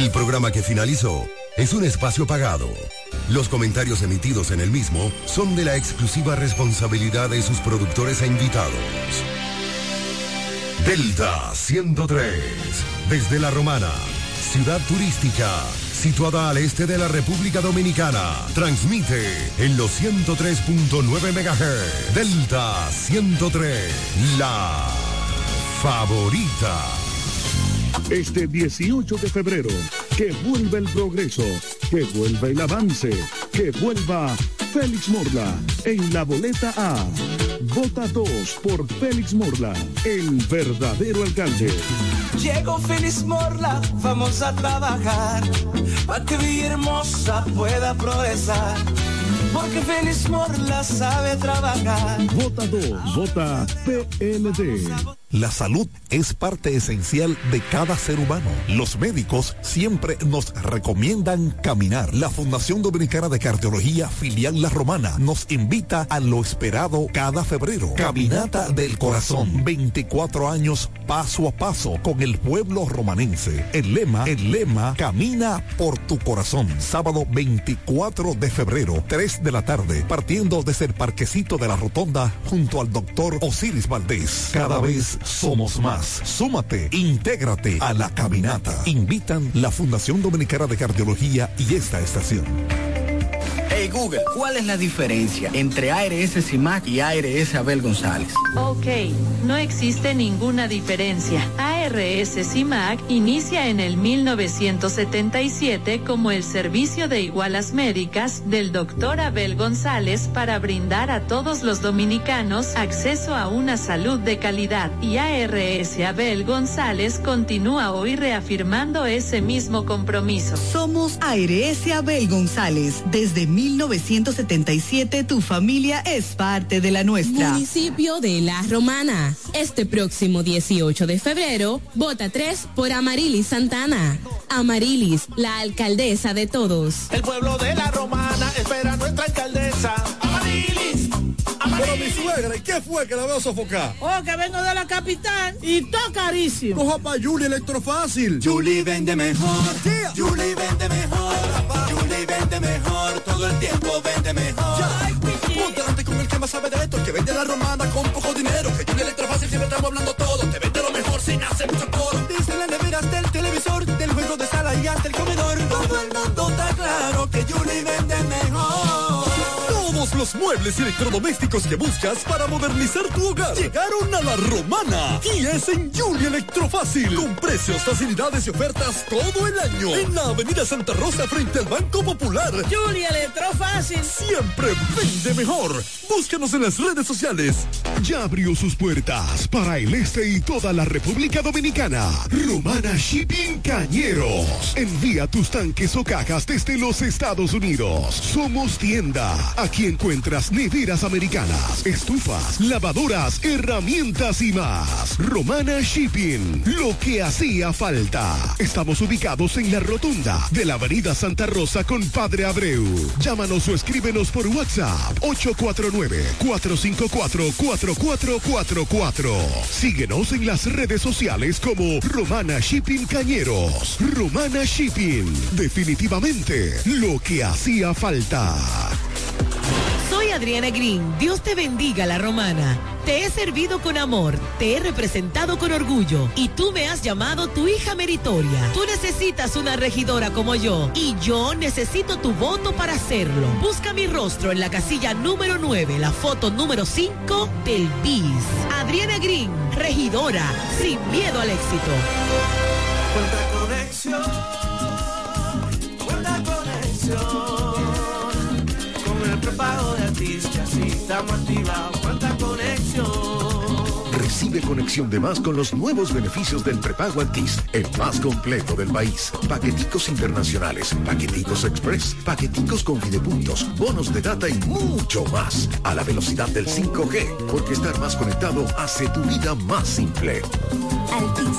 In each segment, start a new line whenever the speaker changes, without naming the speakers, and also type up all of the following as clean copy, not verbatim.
El programa que finalizó es un espacio pagado. Los comentarios emitidos en el mismo son de la exclusiva responsabilidad de sus productores e invitados. Delta 103, desde La Romana, ciudad turística, situada al este de la República Dominicana, transmite en los 103.9 MHz. Delta 103, la favorita.
Este 18 de febrero, que vuelva el progreso, que vuelva el avance, que vuelva Félix Morla en la boleta A. Vota 2 por Félix Morla, el verdadero alcalde.
Llegó Félix Morla, vamos a trabajar para que Villahermosa pueda progresar. Porque Félix Morla sabe trabajar.
Vota 2, vota PLD.
La salud es parte esencial de cada ser humano. Los médicos siempre nos recomiendan caminar. La Fundación Dominicana de Cardiología, filial La Romana, nos invita a lo esperado cada febrero. Caminata del Corazón, 24 años paso a paso con el pueblo romanense. El lema, camina por tu corazón. Sábado 24 de febrero, 3 de la tarde, partiendo desde el parquecito de la Rotonda junto al doctor Osiris Valdés. Cada vez somos más. Súmate, intégrate a la caminata. Invitan la Fundación Dominicana de Cardiología y esta estación.
Hey Google, ¿cuál es la diferencia entre ARS CIMAC y ARS Abel González?
Ok, no existe ninguna diferencia. ARS CIMAC inicia en el 1977 como el servicio de igualas médicas del Dr. Abel González para brindar a todos los dominicanos acceso a una salud de calidad. Y ARS Abel González continúa hoy reafirmando ese mismo compromiso.
Somos ARS Abel González. Desde 1977 tu familia es parte de la nuestra.
Municipio de La Romana. Este próximo 18 de febrero, vota 3 por Amarilis Santana. Amarilis, la alcaldesa de todos.
El pueblo de La Romana espera a nuestra alcaldesa. Amarilis.
Pero mi suegra, ¿y qué fue que la veo sofocar?
Oh, que vengo de la capital y todo carísimo.
Coja pa' Julie Electrofácil.
Julie vende mejor. Yeah. Julie vende mejor. Julie vende mejor. Todo el tiempo vende mejor.
Póntate con el que más sabe de esto, el que vende La Romana con poco dinero. Que Julie Electrofácil siempre estamos hablando todo. Te vende lo mejor sin hacer mucho coro.
Dice las neveras del televisor, del juego de sala y hasta el comedor. Todo el mundo está claro que Julie vende mejor.
Todos los muebles y electrodomésticos que buscas para modernizar tu hogar llegaron a La Romana y es en Julie Electrofácil, con precios, facilidades y ofertas todo el año en la avenida Santa Rosa frente al Banco Popular.
Julie Electrofácil
Siempre vende mejor. Búscanos en las redes sociales.
Ya abrió sus puertas para el este y toda la República Dominicana. Romana Shipping Cañeros. Envía tus tanques o cajas desde los Estados Unidos. Somos tienda. Aquí encuentras neveras americanas, estufas, lavadoras, herramientas y más. Romana Shipping, lo que hacía falta. Estamos ubicados en la rotonda de la avenida Santa Rosa con Padre Abreu. Llámanos o escríbenos por WhatsApp 849-454-4444. Síguenos en las redes sociales como Romana Shipping Cañeros. Romana Shipping, definitivamente lo que hacía falta.
Soy Adriana Green. Dios te bendiga, La Romana. Te he servido con amor, te he representado con orgullo y tú me has llamado tu hija meritoria. Tú necesitas una regidora como yo y yo necesito tu voto para hacerlo. Busca mi rostro en la casilla número 9, la foto número 5 del BIS. Adriana Green, regidora, sin miedo al éxito.
Cuenta conexión, cuenta conexión. Prepago de artistas y estamos activados. Cuenta conexión.
Recibe conexión de más con los nuevos beneficios del prepago Altis, el más completo del país. Paqueticos internacionales, paqueticos express, paqueticos con videopuntos, bonos de data y mucho más. A la velocidad del 5G, porque estar más conectado hace tu vida más simple.
Altis.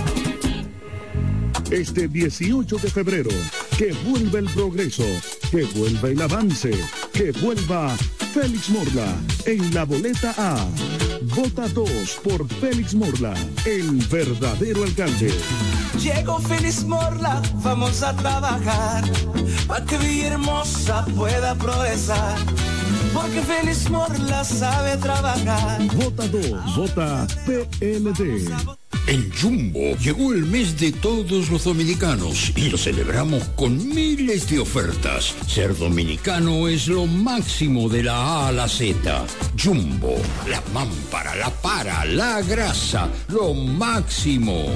Este 18 de febrero, que vuelva el progreso, que vuelva el avance, que vuelva Félix Morla en la boleta A. Vota 2 por Félix Morla, el verdadero alcalde.
Llegó Félix Morla, vamos a trabajar, para que Villahermosa pueda progresar. Porque Félix Morla sabe trabajar.
Vota 2, vota PLD.
En Jumbo llegó el mes de todos los dominicanos y lo celebramos con miles de ofertas. Ser dominicano es lo máximo de la A a la Z. Jumbo, la mámpara, la para, la grasa, lo máximo.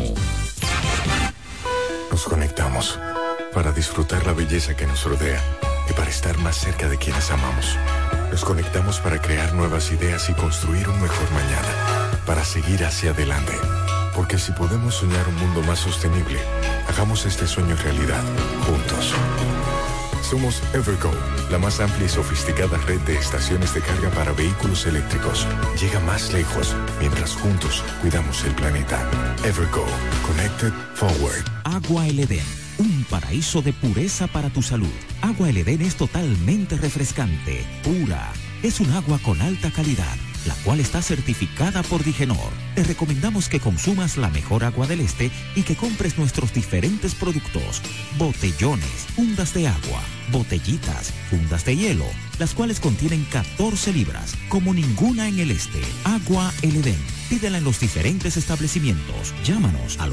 Nos conectamos para disfrutar la belleza que nos rodea y para estar más cerca de quienes amamos. Nos conectamos para crear nuevas ideas y construir un mejor mañana, para seguir hacia adelante. Porque si podemos soñar un mundo más sostenible, hagamos este sueño realidad, juntos. Somos Evergo, la más amplia y sofisticada red de estaciones de carga para vehículos eléctricos. Llega más lejos, mientras juntos cuidamos el planeta. Evergo, Connected Forward.
Agua El Edén, un paraíso de pureza para tu salud. Agua El Edén es totalmente refrescante, pura. Es un agua con alta calidad, la cual está certificada por Digenor. Te recomendamos que consumas la mejor agua del este y que compres nuestros diferentes productos: botellones, fundas de agua, botellitas, fundas de hielo, las cuales contienen 14 libras, como ninguna en el este. Agua El Edén. Pídela en los diferentes establecimientos. Llámanos al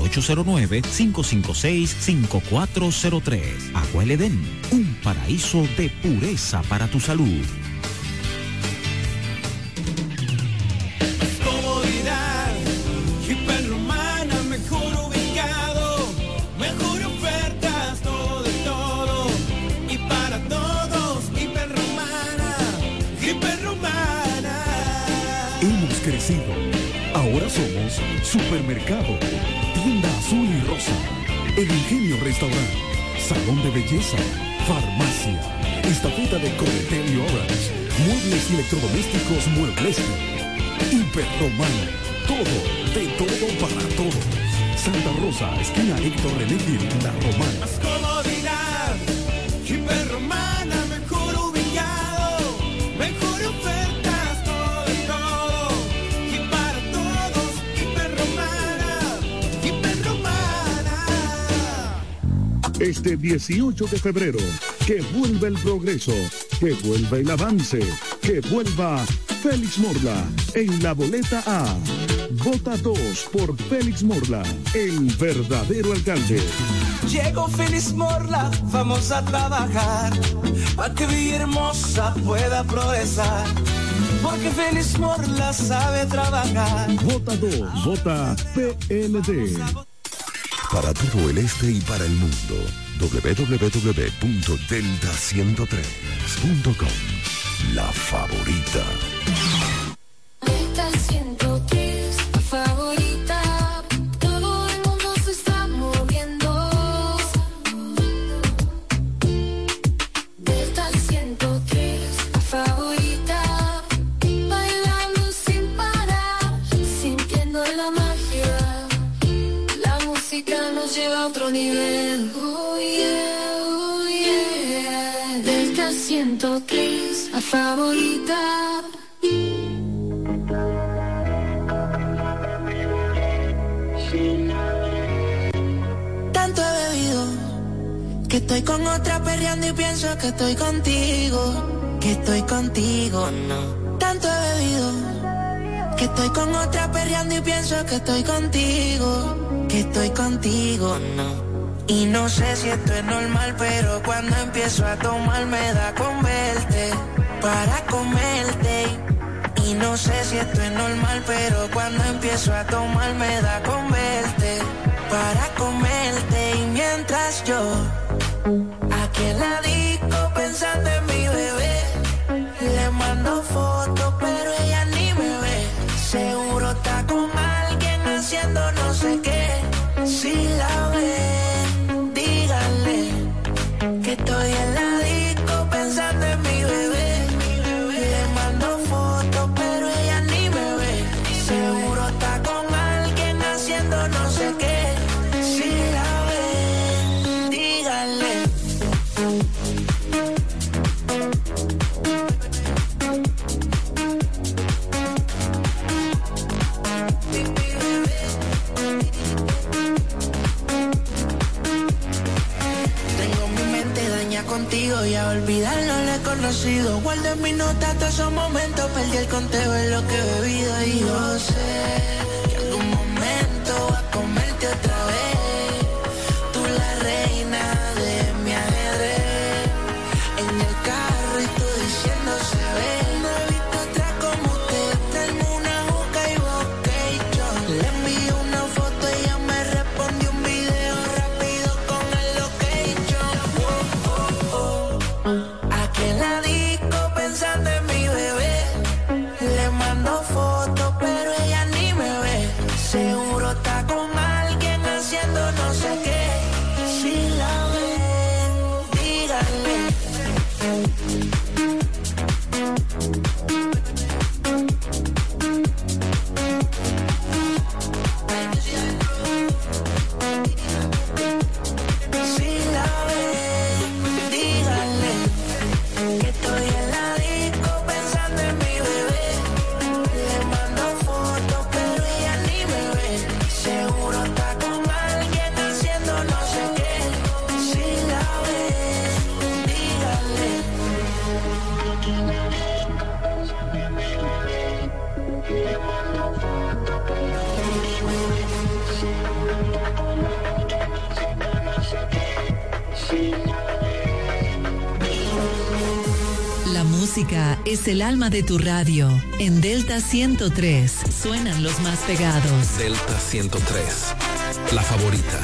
809-556-5403. Agua El Edén, un paraíso de pureza para tu salud.
Ahora somos Supermercado, Tienda Azul y Rosa, El Ingenio Restaurant, Salón de Belleza, Farmacia, Estafeta de Cometel y Orange, Muebles y Electrodomésticos Muebles, Hiperromana, todo, de todo para todos. Santa Rosa, esquina Héctor René Gil, La Romana.
Más comodidad, Hiperromana, mejor ubicado, mejor ofertas, todo de todo. Y para todos, Hiperromana.
Este 18 de febrero, que vuelva el progreso, que vuelva el avance, que vuelva Félix Morla en la boleta A. Vota 2 por Félix Morla, el verdadero alcalde.
Llegó Félix Morla, vamos a trabajar, para que Villahermosa pueda progresar. Porque Félix Morla sabe trabajar.
Vota 2, vota PLD.
Para todo el este y para el mundo, www.delta103.com. La favorita.
Delta 103, la favorita. Todo el mundo se está moviendo. Delta 103, la favorita. Bailando sin parar, sintiendo la magia. La música nos lleva a otro nivel. Oh yeah, oh yeah. Delta 103, la favorita.
Tanto he bebido que estoy con otra perreando y pienso que estoy contigo, no. Tanto he bebido que estoy con otra perreando y pienso que estoy contigo, no. Y no sé si esto es normal, pero cuando empiezo a tomar me da con verte, para comerte. Y no sé si esto es normal, pero cuando empiezo a tomar me da con verte, para comerte. Y mientras yo aquí en la disco pensando en mi bebé, le mando fotos pero ella ni me ve. Seguro está con alguien haciendo no sé qué. Si la ven, díganle que estoy en la disco pensando en mi bebé. Le mando fotos pero ella ni me ve. Seguro está con alguien haciendo no sé qué. Si la ven, díganle. contigo y a olvidarlo lo he conocido. Guardo en mis notas todos esos momentos, perdí el conteo en lo que he bebido. Y yo sé que algún momento va a comerte otra vez. Tú la reina de mi ajedrez. En el carro y tú diciendo se ve. No he visto otra como usted. Traerme una juca y vocation. Le envié una foto y ella me respondió un video rápido con el location. Aquí en la disco pensando en mi bebé. Le mando fotos pero ella ni me ve. Seguro está con alguien haciendo no sé qué. Si la ven, díganle. Si la ven, díganle que estoy en la disco pensando en mi bebé. Le mando fotos pero ella ni me ve. Seguro está con alguien haciendo no sé qué. Si la ven, díganle.
La música es el alma de tu radio. En Delta 103 suenan los más pegados.
Delta 103, la favorita.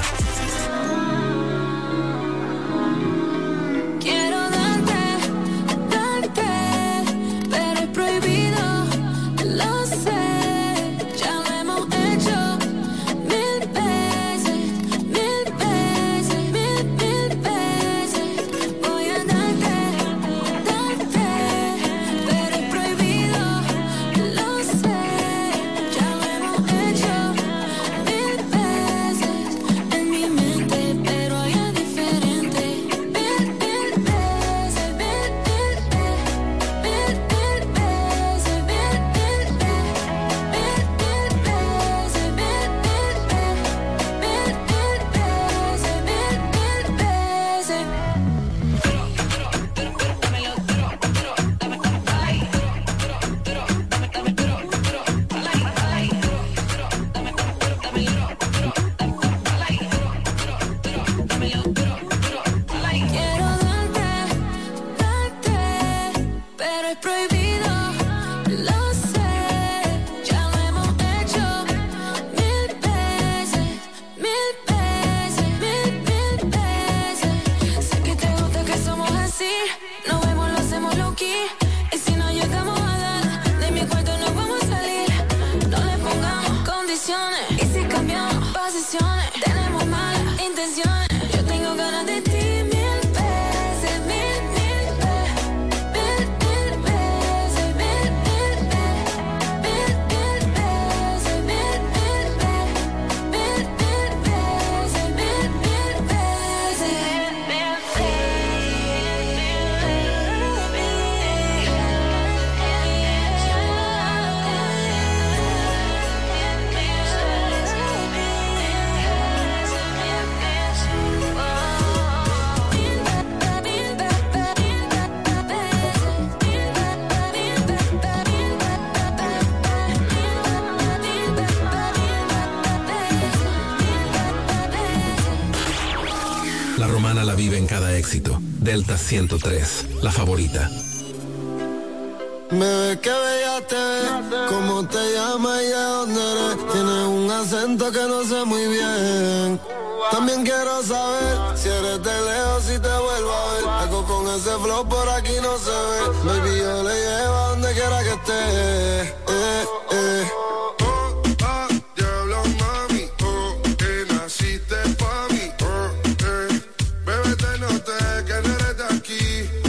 Quiero darte, pero es prohibido, lo sé. Ya lo hemos hecho 1000 veces, 1000 veces, 1000 veces. Voy a darte, pero es prohibido, lo sé. Ya lo hemos hecho 1000 veces en mi mente, pero ya diferente. 1000 veces, 1000 Quiero darte, pero es prohibido, lo sé. Ya lo hemos hecho 1000 veces, 1000 veces, 1000 veces. Sé que te gusta que somos así. Nos vemos, lo hacemos low-key. Y si no llegamos a dar, de mi cuarto no vamos a salir. No le pongamos condiciones. Y si cambiamos posiciones, tenemos malas intenciones. Yo tengo ganas de ti 1000 veces, 1000 veces, 1000 veces, 1000 veces, 1000 veces, 1000
La romana la vive en cada éxito. Delta 103, la favorita.
Bebé, qué bella te ves, cómo te llamas y de dónde eres. Tienes un acento que no sé muy bien. También quiero saber si eres de lejos, si te vuelvo a ver. Algo con ese flow por aquí no se ve. Baby, yo le llevo a donde quiera que esté.
Diablo, mami, que naciste pa' mí. Bebé, te noté que no eres de aquí.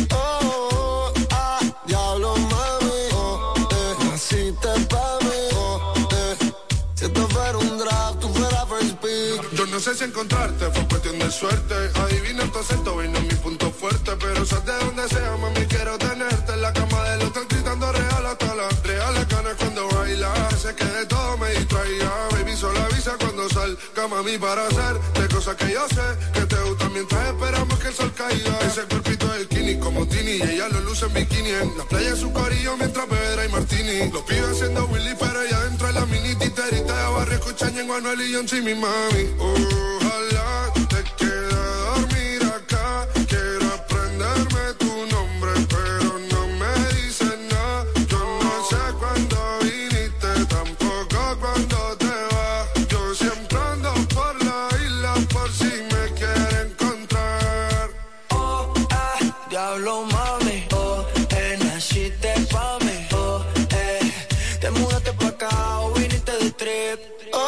Diablo, mami, naciste pa' mí. Si esto fuera un draft, tú fueras first pick.
Yo no sé si encontrarte fue cuestión de suerte. Adivina tu acento, vino mi punto fuerte. Pero sal de donde sea, mami, quiero tenerte en la cama del hotel gritando real hasta las reales ganas cuando bailas. Sé que de todo me distraía. Baby, solo avisa cuando salga, mami, para hacer de cosas que yo sé que te gustan mientras esperamos que el sol caiga. Ese cuerpito del como Tini. Y ella lo luce en bikini. En la playa su corillo mientras bebe y martini. Los pibes haciendo Willy, pero ella dentro de la mini titerita de barrio escuchan en Anuel y John C. Mi mami. Ojalá te quede a dormir acá. Quiero aprenderme tu nombre, pero no me dices nada. Yo no sé cuándo viniste, tampoco cuándo te vas. Yo siempre ando por la isla por si me quiere encontrar.
Diablo mami, naciste pa' mí, te mudaste pa' acá o viniste de trip.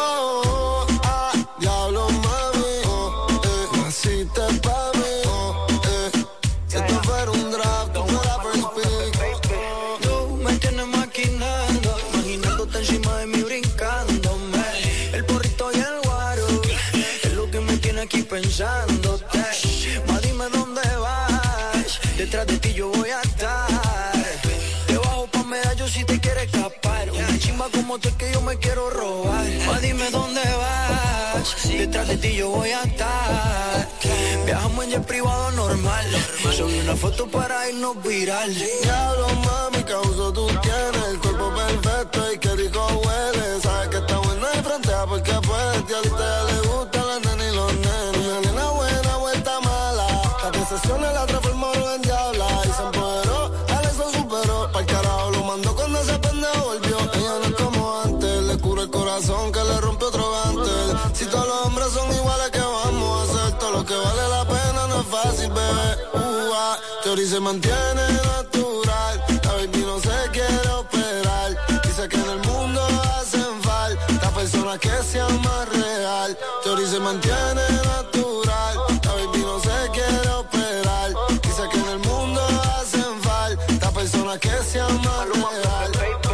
Diablo mami, naciste pa' mí, si esto fuera un draft, tú fueras first pick.
Tú me tienes maquinando, imaginándote encima de mí brincándome. El porrito y el guaro, es lo que me tiene aquí pensándote. Ma, dime dónde vas, detrás de ti yo voy a estar. Debajo pa' medallo si te quieres escapar. Una chimba como tú es que yo me quiero robar. Ma, dime dónde vas, detrás de ti yo voy a estar. Viajamos en jet privado normal, subí una foto para irnos viral.
Diablo mami, ¿qué uso tú tienes? El cuerpo perfecto y qué rico huele. Sabes que está bueno y frontea porque puedes. Y a usted le gustan las nenas y los nenes. Una nena buena, vuelta mala. Las 10 sesiones la transformaron en diabla. Y se empoderó, Alex lo superó. Pa'l carajo lo mandó cuando ese pendejo volvió. Ella no es como antes, le cura el corazón que le rompe otro gante. Si todos los hombres son iguales, ¿qué vamos a hacer? Todo lo que vale la pena no es fácil, bebé. Teoría se mantiene natural. La baby no se quiere operar. Dice que en el mundo hacen falta personas que sean más real. Teoría se mantiene natural. La baby no se quiere operar. Dice que en el mundo hacen falta personas que sean más real.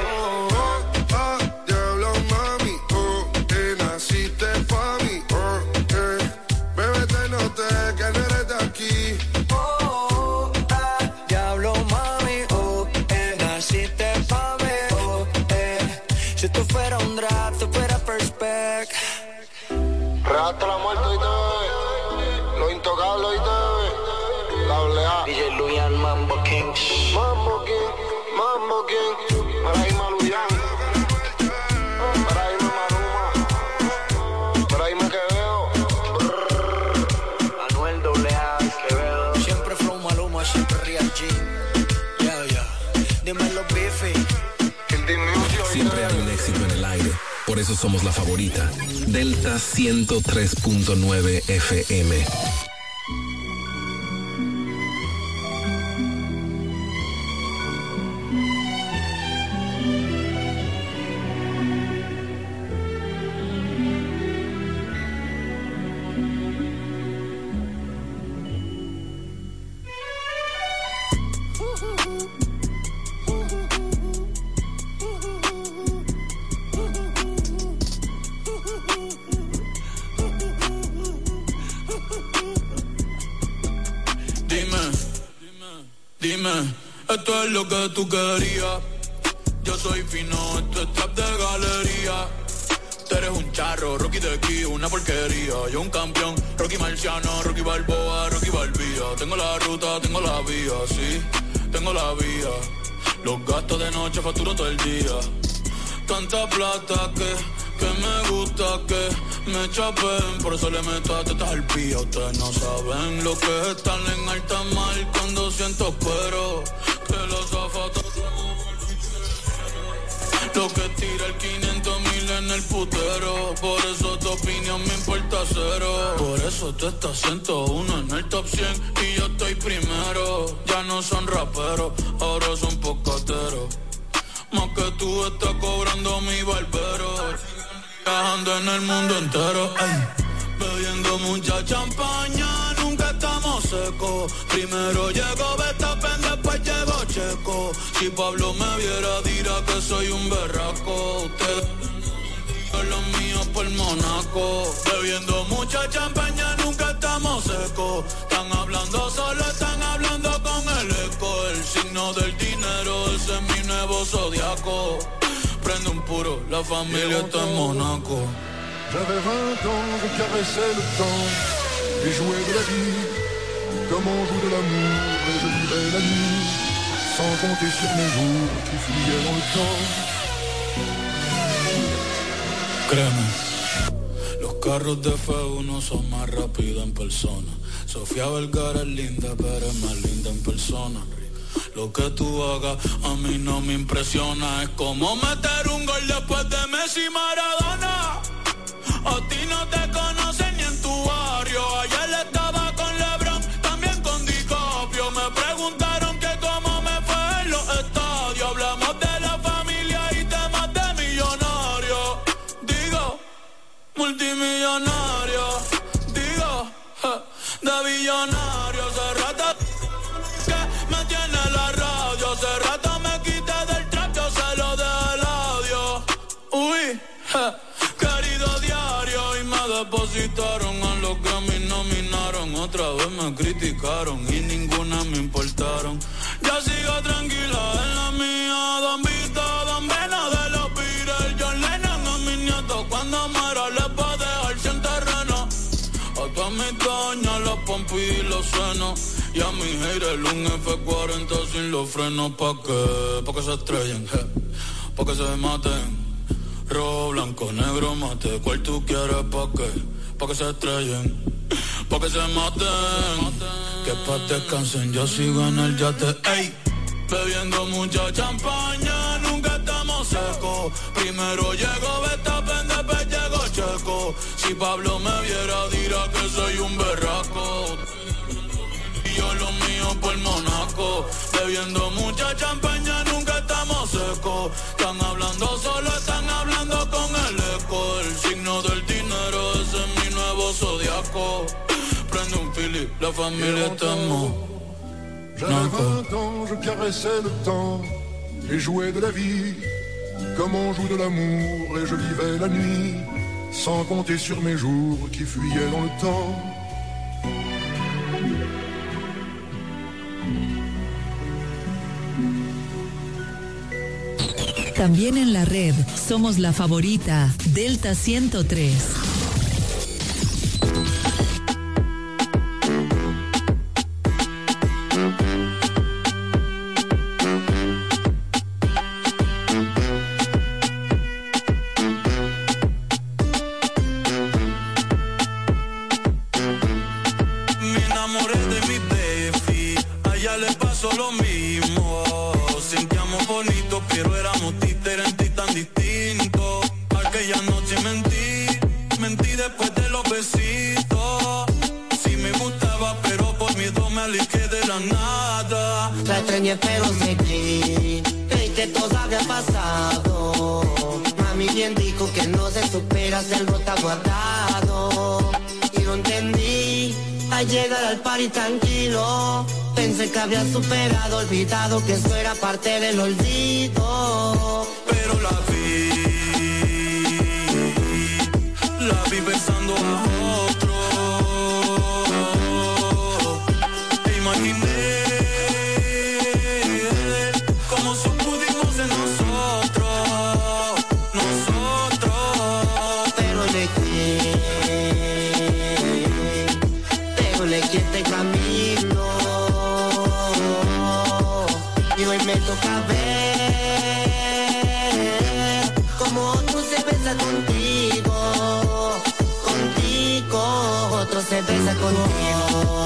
Diablo mami, naciste pa' mí. Bebé, te noté que no eres de aquí.
Diablo mami, naciste pa' mí, si esto fuera un draft, tú fuera first pick.
Hasta la muerte y te lo intocable y te la olea.
DJ Luyan, Mambo King.
Mambo King, Mambo King. Para irme a Luyan, para irme a Maluma, para irme a Quevedo.
Anuel AA, Quevedo. Siempre flow Maluma, siempre Real G. Dímelo, Biffy.
Siempre hay un éxito en el aire. Por eso somos la favorita. Delta 103.9 FM.
Dime, esto es lo que tú querías. Yo soy fino, esto es trap de galería. Tú eres un charro, Rocky de aquí, una porquería. Yo un campeón, Rocky Marciano, Rocky Balboa, Rocky Balbía. Tengo la ruta, tengo la vía, sí, tengo la vía. Los gastos de noche facturo todo el día. Tanta plata que me gusta que me chapen. Por eso le meto a tetas al pía. Ustedes no saben lo que es estar en alta mar cuando siento pero que los zapatos. Lo que tira el 500,000 en el putero. Por eso tu opinión me importa cero. Por eso tú estás 101 en el top 100 y yo estoy primero. Ya no son raperos, ahora son pocateros. Más que tú estás cobrando mi barbero. Viajando en el mundo entero, ay. Bebiendo mucha champaña, nunca estamos secos. Primero llegó Verstappen, después llegó Checo. Si Pablo me viera, dirá que soy un berraco. Usted los míos por Monaco. Bebiendo mucha champaña, nunca estamos secos. Están hablando solo, están hablando con el eco. El signo del dinero, ese es mi nuevo zodiaco. Prende un puro, la familia está en Monaco.
J'avais 20 ans, je caressais le temps et jouais de la vie comme on joue de l'amour et je vivais la nuit, sans compter sur mes jours qui fuyaient dans le temps.
Créeme, los carros de F1 son más rápidos en persona. Sofía Vergara es linda, pero es más linda en persona. Lo que tú hagas a mí no me impresiona. Es como meter un gol después de Messi y Maradona. A ti no te conocen ni en tu barrio. Ayer estaba con LeBron, también con DiCaprio. Me preguntaron que cómo me fue en los estadios. Hablamos de la familia y temas de millonarios. Digo, multimillonario. Digo, de billonario. Hace rato que me tiene la radio. Hace rato me quité del trap, yo se lo dejé el adiós. Uy, querido diario. Y me depositaron a los que a mí nominaron. Otra vez me criticaron y ninguna me importaron. Ya sigo tranquila en la mía. Don Vito, Don Vena de los Beatles. John Lennon a mis nietos cuando muera les va a dejar sin terreno. A todas mis doñas las pompis y los senos. Y a mi haters un F40 sin los frenos. ¿Pa' qué? Pa' que se estrellen, pa' que se maten. Rojo, blanco, negro, mate. ¿Cuál tú quieres? ¿Pa' qué? Pa' que se estrellen, pa' que se maten. Que pa' descansen, yo sigo en el yate. Ey, bebiendo mucha champaña, nunca estamos secos. Primero llego Verstappen, después llego Checo. Si Pablo me viera dirá que soy un berraco. Y yo lo mío por Monaco. Bebiendo mucha champaña, nunca estamos secos. Están hablando solo, están hablando con el eco. El signo del dinero, ese es mi nuevo zodiaco. Prende un fili, la familia estamos.
J'avais 20 ans, je caressais le temps et jouais de la vie comme on joue de l'amour et je vivais la nuit sans compter sur mes jours qui fuyaient dans le temps.
También en la red somos la favorita Delta 103.
Pero seguí, creí que todo había pasado. Mami bien dijo que no se supera si algo está guardado. Y no entendí, al llegar al party tranquilo, pensé que había superado, olvidado que eso era parte del olvido.
Pero la vi pensando a otro. E imaginé
este camino y hoy me toca ver como otro se besa contigo, otro se besa contigo.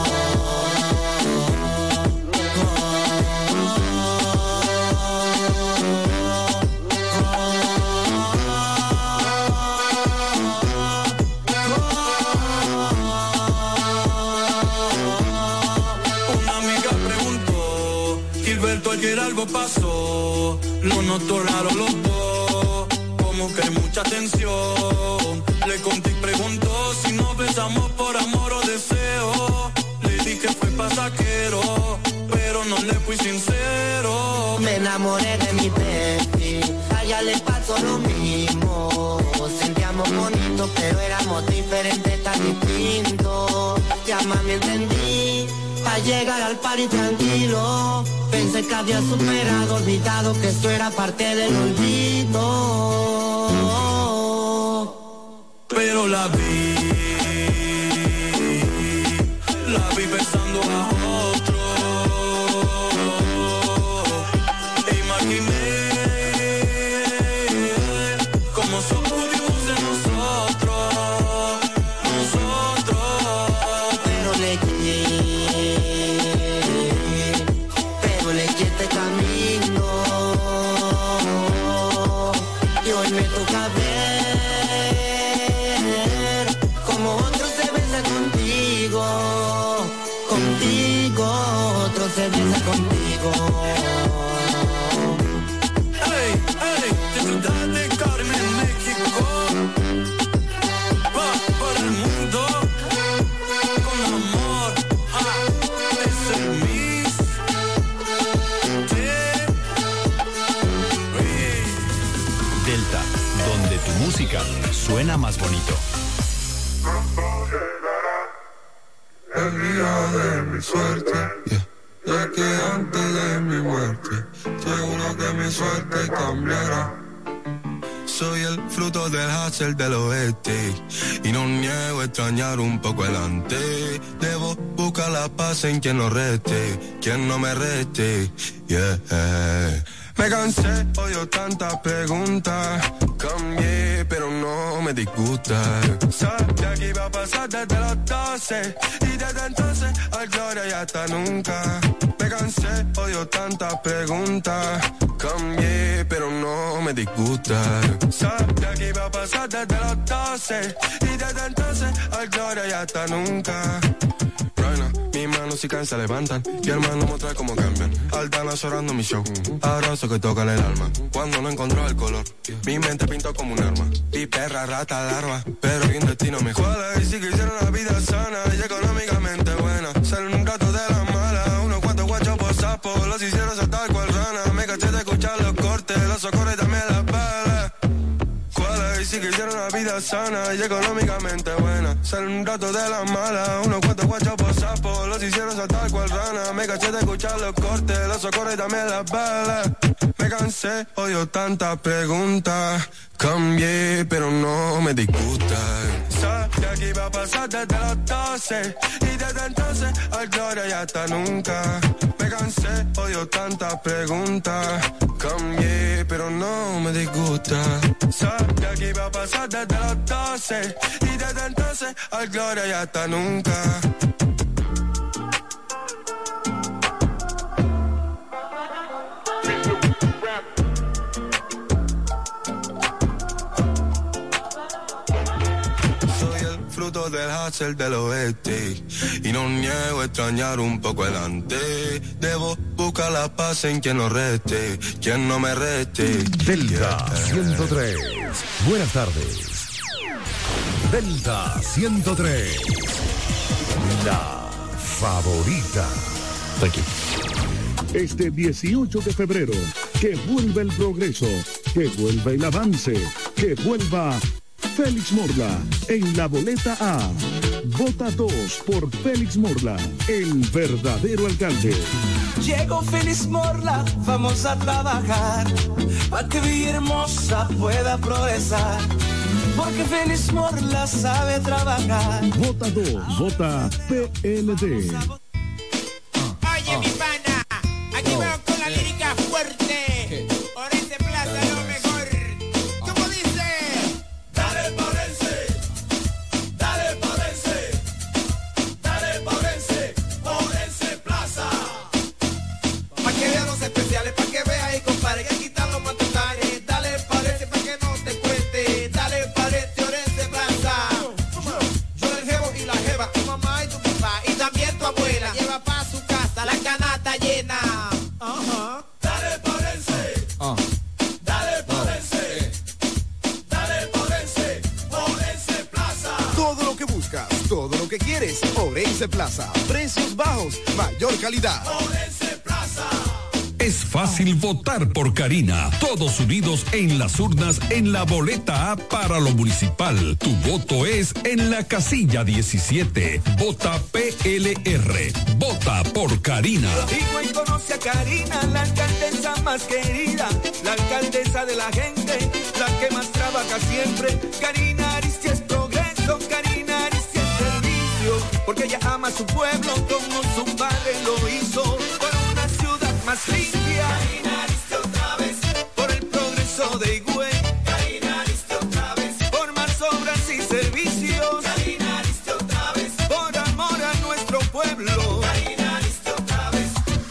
Ayer algo pasó, lo notó raro los dos, como que hay mucha tensión. Le conté y preguntó si nos besamos por amor o deseo. Le dije fue pasajero, pero no le fui sincero.
Me enamoré de mi baby, a ella le pasó lo mismo. Sentíamos bonito, pero éramos diferentes, tan distintos. Ya mami entendí, al llegar al party tranquilo, pensé que había superado, olvidado que esto era parte del olvido. Pero la vi
la vi besando a otro. E imaginé como pudimos ser nosotros.
Pero le eché este camino y hoy me toca ver como otro se besa contigo, otro se besa contigo.
Hey, hey, de Ciudad de Carmen, México, va por el mundo con amor. Es el Mix
Delta, donde tu música suena más bonito.
El día de mi suerte, de que antes de mi muerte, seguro que mi suerte cambiará. Soy el fruto del hustle del oeste y no niego extrañar un poco el antes. Debo buscar la paz en quien no reste, quien no me reste, yeah. Me cansé, odio tantas preguntas, cambié pero no me disgusta. Sabía que iba a pasar desde los 12 y desde entonces al gloria y hasta nunca. Me cansé, odio tantas preguntas, cambié pero no me disgusta. Sabía que iba a pasar desde los 12 y desde entonces al gloria y hasta nunca. Mis manos si caen se levantan y hermano mostrar cómo cambian. Altana llorando mi show, abrazo que tocan el alma. Cuando no encontró el color, mi mente pintó como un arma. Y perra, rata, larva, pero hay un destino mejor. Y si quisiera una vida sana y económicamente buena, ser un rato de la mala, unos cuantos guachos por sapo, los hicieron saltar cual rana. Me caché de escuchar los cortes, los socorros y también las balas. Y si quisiera una vida sana y económicamente buena, ser un rato de la mala, unos cuantos guachos por sapo, los hicieron saltar cual rana. Me caché de escuchar los cortes, los socorros y también las balas. Me cansé, odio tantas preguntas, cambié pero no me disgusta. Sabía que iba a pasar desde los 12 y desde entonces al gloria y hasta nunca. Me cansé, odio tantas preguntas, cambié pero no me disgusta. Sabía que iba a pasar desde los 12 y desde entonces al gloria y hasta nunca. Fruto del hustle del oeste y no niego extrañar un poco el antes. Debo buscar la paz en quien no reste, quien no me reste.
Delta 103. Buenas tardes. Delta 103. La favorita.
Aquí.
Este 18 de febrero, que vuelva el progreso, que vuelva el avance, que vuelva Félix Morla en la boleta A. Vota 2 por Félix Morla, el verdadero alcalde.
Llegó Félix Morla, vamos a trabajar para que Villahermosa pueda progresar. Porque Félix Morla sabe trabajar.
Vota 2, vota PLD.
Oye, mi pana, aquí veo con la lírica fuerte. Orense Plaza, lo mejor. ¿Cómo dice?
Dale pa' Orense, dale pa' Orense, dale pa' Orense, Orense Plaza.
Pa' que vea los especiales, pa' que vea y compare, que quitar los matutanes. Dale pa' Orense, pa' que no te cuente. Dale pa' Orense, Orense Plaza. Yo el jevo y la jeva, tu mamá y tu papá, y también tu abuela. Lleva pa' su casa la canasta llena.
Dale pa' Orense, dale pa' Orense, dale pa' Orense, Orense Plaza.
Todo lo que buscas, todo lo que quieres, Orense Plaza. Precios bajos, mayor calidad.
Orense Plaza.
Es fácil votar por Karina. Todos unidos en las urnas en la boleta A para lo municipal. Tu voto es en la casilla 17. Vota PLR. Vota por Karina.
Igual conoce a Karina, la alcaldesa más querida, la alcaldesa de la gente, la que más trabaja siempre. Karina Aristia es progreso, Karina Aristia es servicio. porque ella ama su pueblo como su padre lo hizo, por una ciudad más limpia. Karina Ariste otra vez, por el progreso de Higüey. Karina Ariste otra vez, por más obras y servicios. Karina Ariste otra vez, por amor a nuestro pueblo. Karina Ariste otra vez.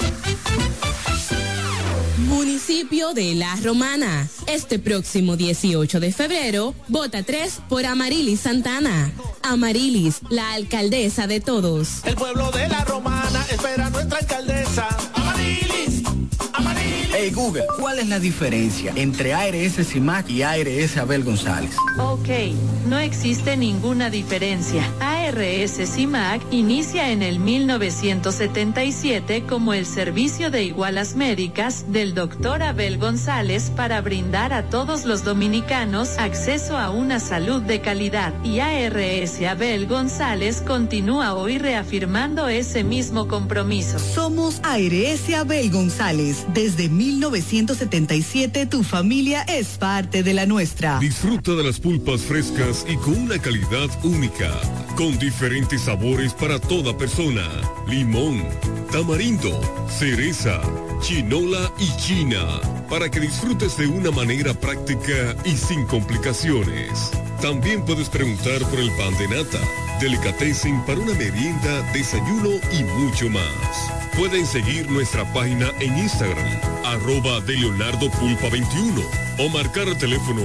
Municipio de La Romana. Este próximo 18 de febrero, vota 3 por Amarilis Santana. Amarilis, la alcaldesa de todos.
El pueblo de La Romana espera a nuestra alcaldesa. Amarilis, Amarilis.
Hey Google, ¿cuál es la diferencia entre ARS CIMAC y ARS Abel González?
Ok, no existe ninguna diferencia. ARS CIMAC inicia en el 1977 como el servicio de igualas médicas del doctor Abel González para brindar a todos los dominicanos acceso a una salud de calidad. Y ARS Abel González continúa hoy reafirmando ese mismo compromiso.
Somos ARS Abel González. Desde 1977 tu familia es parte de la nuestra.
Disfruta de las pulpas frescas y con una calidad única, con diferentes sabores para toda persona: limón, tamarindo, cereza, chinola y china, para que disfrutes de una manera práctica y sin complicaciones. También puedes preguntar por el pan de nata, delicatessen para una merienda, desayuno y mucho más. Pueden seguir nuestra página en Instagram, @DeLeonardoPulpa21, o marcar el teléfono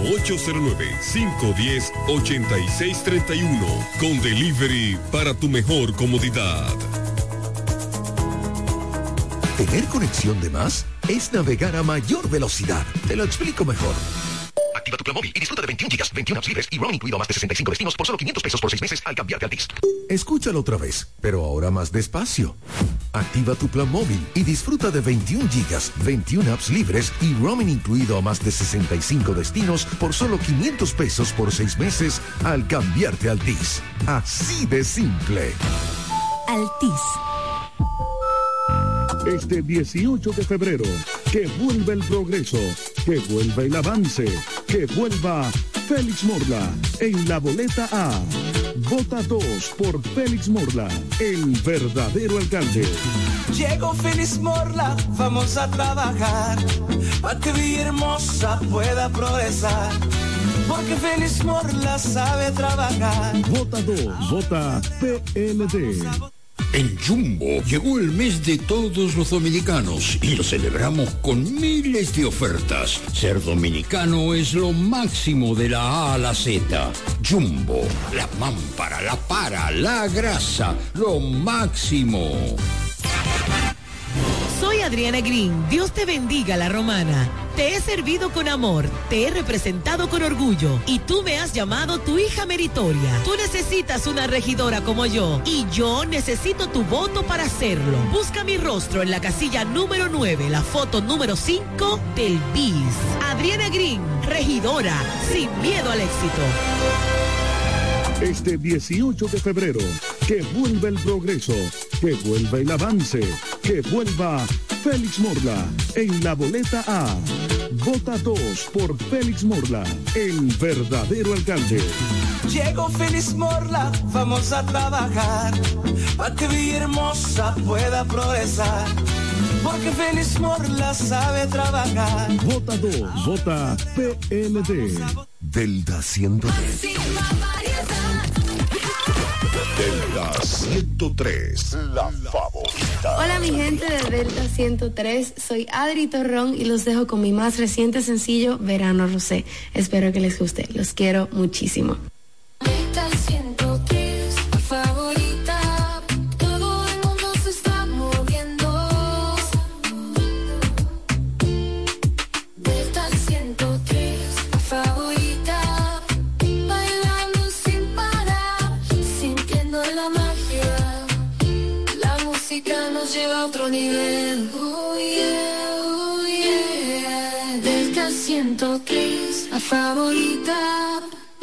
809-510-8631, con delivery para tu mejor comodidad.
Tener conexión de más es navegar a mayor velocidad. Te lo explico mejor. Activa tu plan móvil y disfruta de 21 gigas, 21 apps libres y roaming incluido a más de 65 destinos por solo 500 pesos por 6 meses al cambiarte al TIS. Escúchalo otra vez, pero ahora más despacio. Activa tu plan móvil y disfruta de 21 gigas, 21 apps libres y roaming incluido a más de 65 destinos por solo 500 pesos por 6 meses al cambiarte al TIS. Así de simple.
Altis.
Este 18 de febrero, que vuelva el progreso, que vuelva el avance, que vuelva Félix Morla en la boleta A. Vota 2 por Félix Morla, el verdadero alcalde.
Llegó Félix Morla, vamos a trabajar, para que Villahermosa pueda progresar. Porque Félix Morla sabe trabajar.
Vota 2, vota PLD.
En Jumbo llegó el mes de todos los dominicanos y lo celebramos con miles de ofertas. Ser dominicano es lo máximo de la A a la Z. Jumbo, la mámpara, la para, la grasa, lo máximo.
Soy Adriana Green. Dios te bendiga, La Romana. Te he servido con amor, te he representado con orgullo y tú me has llamado tu hija meritoria. Tú necesitas una regidora como yo y yo necesito tu voto para hacerlo. Busca mi rostro en la casilla número 9, la foto número 5 del BIS. Adriana Green, regidora, sin miedo al éxito.
Este 18 de febrero, que vuelva el progreso, que vuelva el avance, que vuelva Félix Morla en la boleta A. Vota 2 por Félix Morla, el verdadero alcalde.
Llegó Félix Morla, vamos a trabajar, para que Villahermosa pueda progresar. Porque Félix Morla sabe trabajar.
Vota 2, vota PLD.
Delta 103. Delta 103, la favorita.
Hola mi gente de Delta 103, soy Adri Torrón y los dejo con mi más reciente sencillo, Verano Rosé. Espero que les guste, los quiero muchísimo.
Delta 103, la favorita, todo el mundo se está moviendo. Delta 103, la favorita, bailando sin parar, sintiendo la magia. La música nos lleva a otro nivel. Oh yeah, oh yeah. Delta 103, la favorita.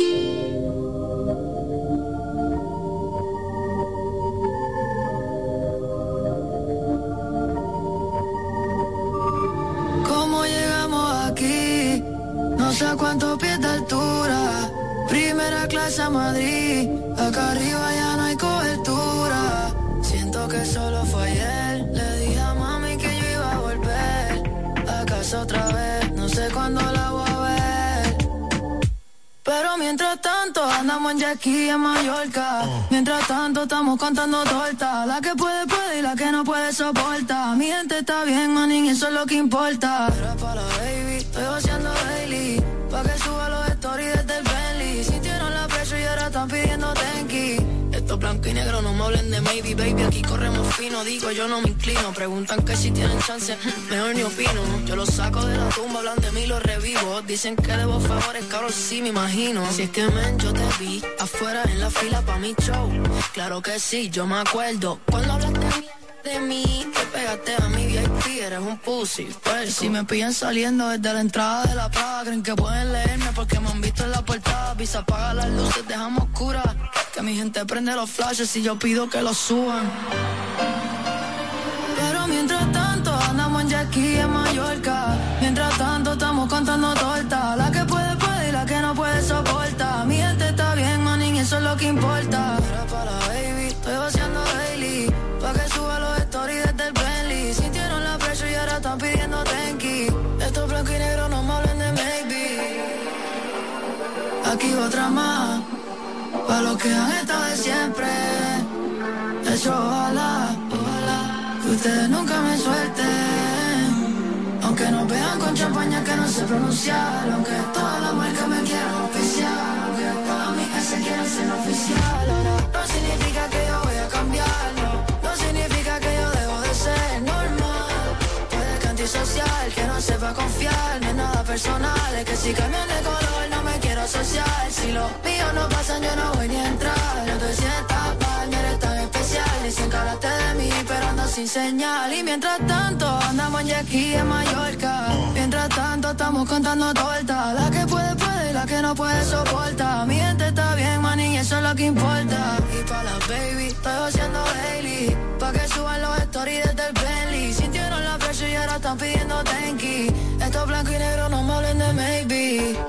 ¿Cómo llegamos aquí? No sé a cuántos pies de altura. Primera clase a Madrid. Acá arriba ya no hay cobertura. que solo fue ayer. Le dije a mami que yo iba a volver a casa otra vez. No sé cuándo la voy a ver. Pero mientras tanto andamos en Jackie en Mallorca. Mientras tanto estamos contando tortas. La que puede y la que no puede soporta. Mi gente está bien, manín, eso es lo que importa. Era para la baby, estoy vaciando daily. Pa' que suba los stories desde el Bentley. Sintieron la presión y ahora están pidiendo tenki. Esto blanco y negro, no me hablen de maybe, baby. Aquí corremos fino, digo yo no me inclino. Preguntan que si tienen chance, mejor ni opino. Yo los saco de la tumba, hablan de mí, los revivo. Dicen que debo favores, cabrón, sí me imagino. Si es que men, yo te vi afuera en la fila pa' mi show. Claro que sí, yo me acuerdo. Cuando hablaste de mí, te pegaste a mi VIP, eres un pussy. Pues si me pillan saliendo desde la entrada de la plaza, creen que pueden leerme porque me han visto en la portada. Pisa, apaga las luces, dejamos oscuras. Que mi gente prende los flashes y yo pido que los suban. Pero mientras tanto andamos en Jackie en Mallorca. Mientras tanto estamos contando tortas. La que puede y la que no puede soporta. Mi gente está bien, manín, eso es lo que importa. Era para la baby, estoy vaciando daily. Pa' que suba los stories desde el Bentley. Sintieron la presión y ahora están pidiendo tenki. Estos blanco y negro no me hablen de maybe. Aquí otra más, pa' los que han estado de siempre. De hecho, ojalá que ustedes nunca me suelten. Aunque nos vean con champaña que no sé pronunciar. Aunque todas las marcas me quieran oficial. Aunque todas mis que se quieran ser oficial. Ahora no significa que yo voy a cambiarlo. No significa que yo dejo de ser normal. Puede que antisocial, que no sepa confiar. No es nada personal, es que si cambian de color no me quiero asociar. Si los míos no pasan yo no voy ni a entrar. No te sientas mal, no eres tan especial. Dicen que hablaste de mí pero ando sin señal. Y mientras tanto andamos en Jackie en Mallorca. Mientras tanto estamos contando tortas. La que puede y la que no puede soporta. Mi gente está bien, manín, eso es lo que importa. Y pa' la baby estoy haciendo daily. Pa' que suban los stories desde el Bentley. Sintieron la presión y ahora están pidiendo tenki. Estos blanco y negro no me hablen de maybe.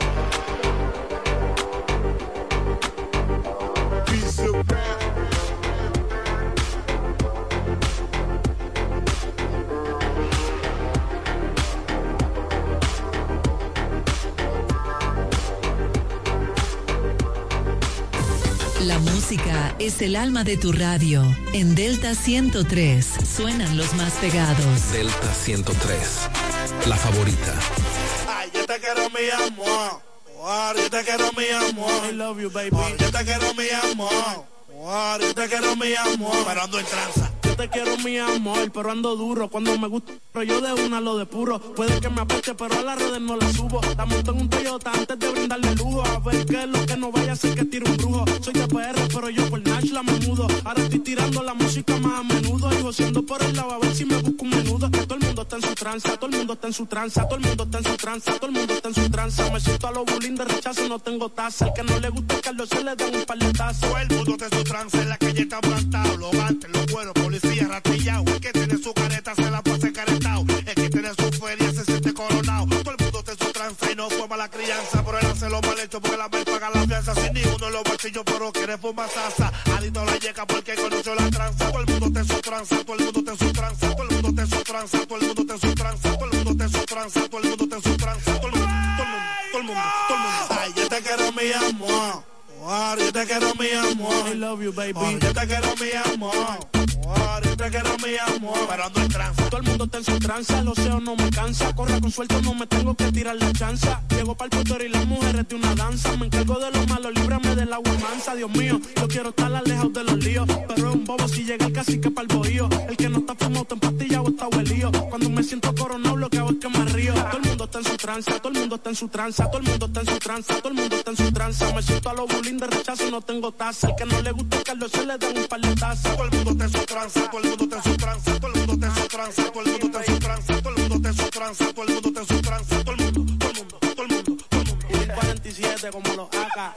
La música es el alma de tu radio. En Delta 103 suenan los más pegados.
Delta 103, la favorita.
Ay, yo te quiero mi amor. Yo te quiero mi amor. I love you, baby. Yo te quiero mi amor. Yo te quiero mi amor. Pero ando en tranza.
Yo te quiero mi amor, pero ando duro. Cuando me gusta, pero yo de una lo depuro. Puede que me apeste, pero a las redes no la subo. La monto en un Toyota antes de brindarle lujo. A ver qué es lo que no vaya a ser que tire un brujo. Soy de PR, pero yo por Nashla me mudo. Ahora estoy tirando la música más a menudo. Y joseando por el lado a ver si me busco un menudo. Que todo el mundo está en su tranza, todo el mundo está en su tranza. Todo el mundo está en su tranza, todo el mundo está en su tranza. Me siento a los bullying de rechazo, no tengo taza. El que no le gusta el Carlos se le da un par de tazas.
Todo el mundo está en su tranza, en la calle está plantado. Los guantes, los cueros, policía ratillado. El que tiene su careta se la pasa encaretado. El que tiene su feria se siente coronado. Todo el mundo está en su tranza y no fue mala crianza. Pero él hace lo mal hecho porque la vez paga la fianza. Sin ninguno en los bolsillos, pero quiere fumar salsa. Adito la yeca porque conoció la tranza. Todo el mundo está en su tranza, todo el mundo está en su tranza. Todo el mundo está en su tranza, todo el mundo está en su tranza. Todo el mundo está en su tranza, todo el mundo está en su tranza. Todo el mundo, todo el mundo, todo el mundo. Ay, yo te quiero mi amor. Yo te quiero mi amor.
I love you, baby.
Yo te quiero mi amor. Yo te quiero mi amor. Pero ando en tranza.
Todo el mundo está en su tranza, el océano no me cansa. Corre con suelto, no me tengo que tirar la chanza. Llego pa'l poder y las mujeres de una danza. Me encargo de lo malo, líbrame del agua mansa. Dios mío, yo quiero estar alejado de los líos. Pero es un bobo si llega el cacique pa'l bohío. El que no está fumado, está empastillado, está huelío. Cuando me siento coronado, lo que hago es que me río. Todo el mundo está en su tranza, todo el mundo está en su tranza. Todo el mundo está en su tranza, todo el mundo está en su tranza. Me siento a los bullying de rechazo, no tengo taza. El que no le gusta el Carlos se le da un par de tazas.
Todo el mundo está en su tranza, todo el mundo está en su tranza. Todo el mundo está en su tranza, todo el mundo está en su tranza. Todo el mundo está en su tranza, todo el mundo está en su tranza. Todo el mundo, todo el mundo, todo el mundo, todo el mundo.
Un 47 como los AK.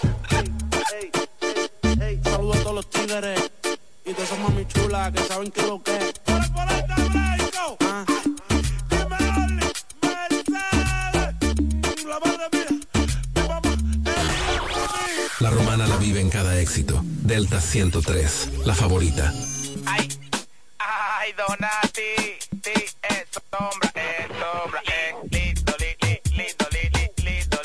Saludos a todos los tigres y todas esas mami chulas que saben que lo que es.
La romana la vive en cada éxito. Delta 103, la favorita.
Ay,
Ay, Donati, ti, sombra, lindo, lindo, lindo,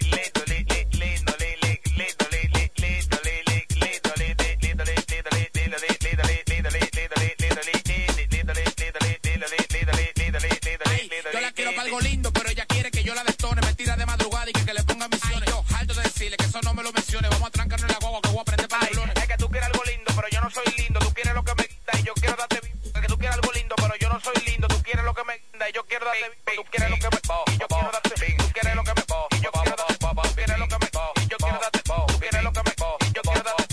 yo la quiero para algo lindo, pero ella quiere que yo la destone, me tira de madrugada y que le ponga misiones. Yo harto de decirle que eso no me lo mencione, vamos a trancarnos en la guagua que voy a aprender para el
es que tú quieres algo lindo, pero yo no soy lindo, tú quieres lo que me gusta y yo quiero darte vida. Es que tú quieres algo lindo, pero yo no soy lindo, tú quieres lo que me gusta y yo quiero darte vida. Tú quieres lo que me y yo quiero darte vida. Tú quieres lo que me y yo quiero darte vida. Tú quieres lo que me y yo quiero darte vida. Tú quieres lo que me y yo quiero darte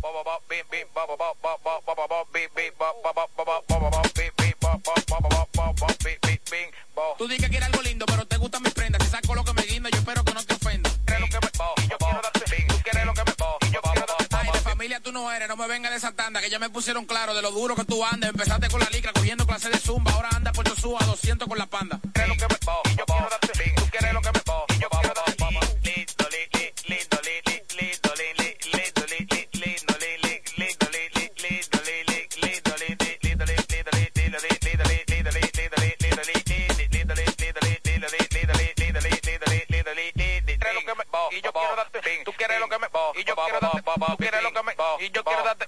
Tú di que quieres algo lindo, pero te gustan mis prendas. Si saco lo que me guinda, yo espero que no te ofenda.
Tú quieres lo que me y yo quiero darte vida. Tú quieres lo que me y yo quiero darte vida.
Ay, de familia tú no eres, no me vengas de esa tanda, que ya me pusieron claro de lo duro que tú andas. Empezaste con la licra, cogiendo clase de zumba, ahora anda por Joshua a 200 con la panda.
Tú quieres lo que me y yo quiero darte vida. Tú quieres lo que me y yo quiero darte vida. Lindo, lindo, y yo quiero darte fin. Tú quieres lo que me y yo quiero darte. Tú quieres lo que me y yo quiero darte.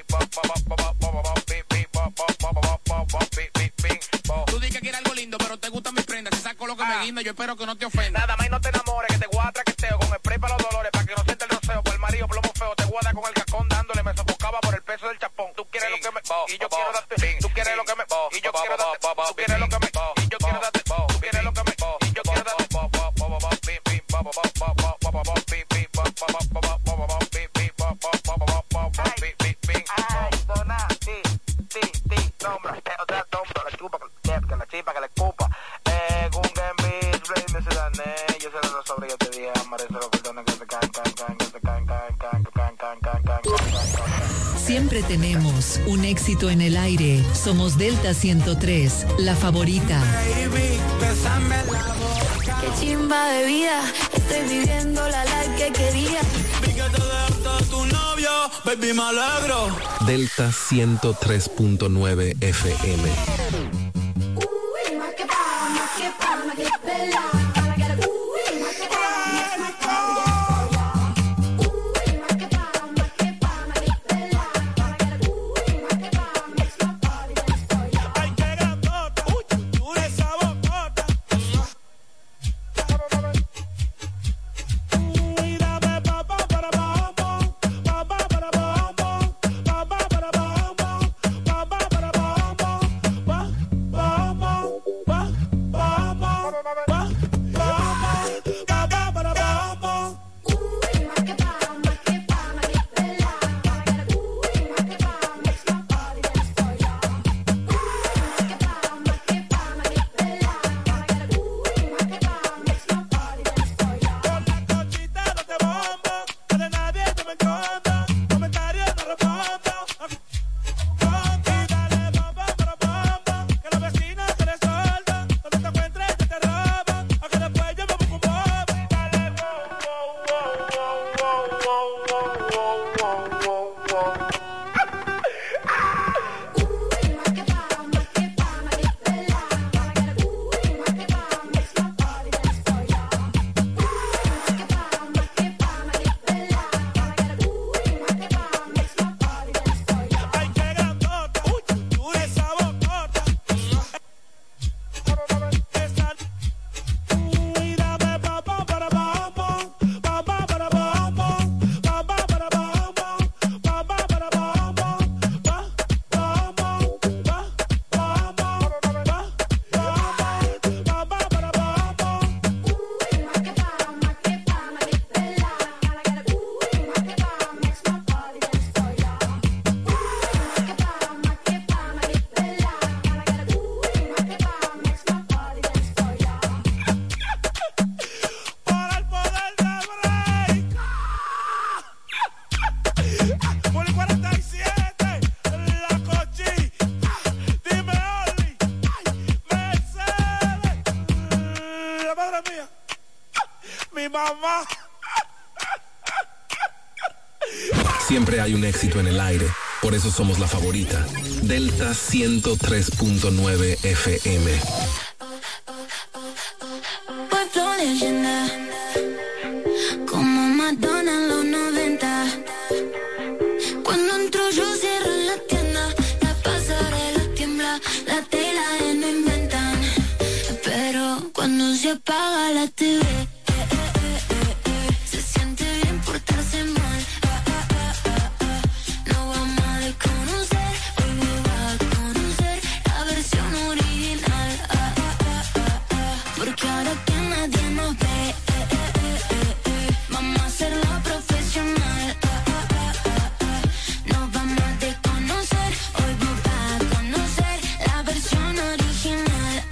Tú di que quieres algo lindo, pero te gustan mis prendas. Si saco lo que me guinda, yo espero que no te ofenda.
Nada más y no te enamores, que te voy a traqueteo con spray para los dolores, para que no sienta el roceo. Por el marido plomo feo, te guarda con el cacón dándole, me sofocaba por el peso del chapón. Tú quieres lo que me y yo quiero darte fin. Tú quieres lo que me y yo quiero darte. Tú quieres lo que me y yo quiero darte. Tú quieres lo que me y yo quiero darte. Que le escupa. Gungen Beach, Blame me ciudadane. Yo sé lo sobre que te dije, amaré se lo perdona que te can.
Siempre tenemos un éxito en el aire. Somos Delta 103, la favorita.
Baby, bésame la boca. Qué chimba de vida, estoy viviendo la life que quería. Vi que te dejaste tu novio, baby, me alegro.
Delta 103.9 FM. Siempre hay un éxito en el aire. Por eso somos la favorita. Delta 103.9 FM.
Voy floreciendo como Madonna en los 90. Cuando entro yo cierro la tienda, la pasarela tiembla, la tela no inventan. Pero cuando se apaga la TV, se siente bien portarse mal. No vamos a desconocer, hoy voy a conocer la versión original. Porque ahora que nadie nos ve, vamos a hacerlo profesional. Nos vamos a desconocer, hoy voy a conocer la versión original.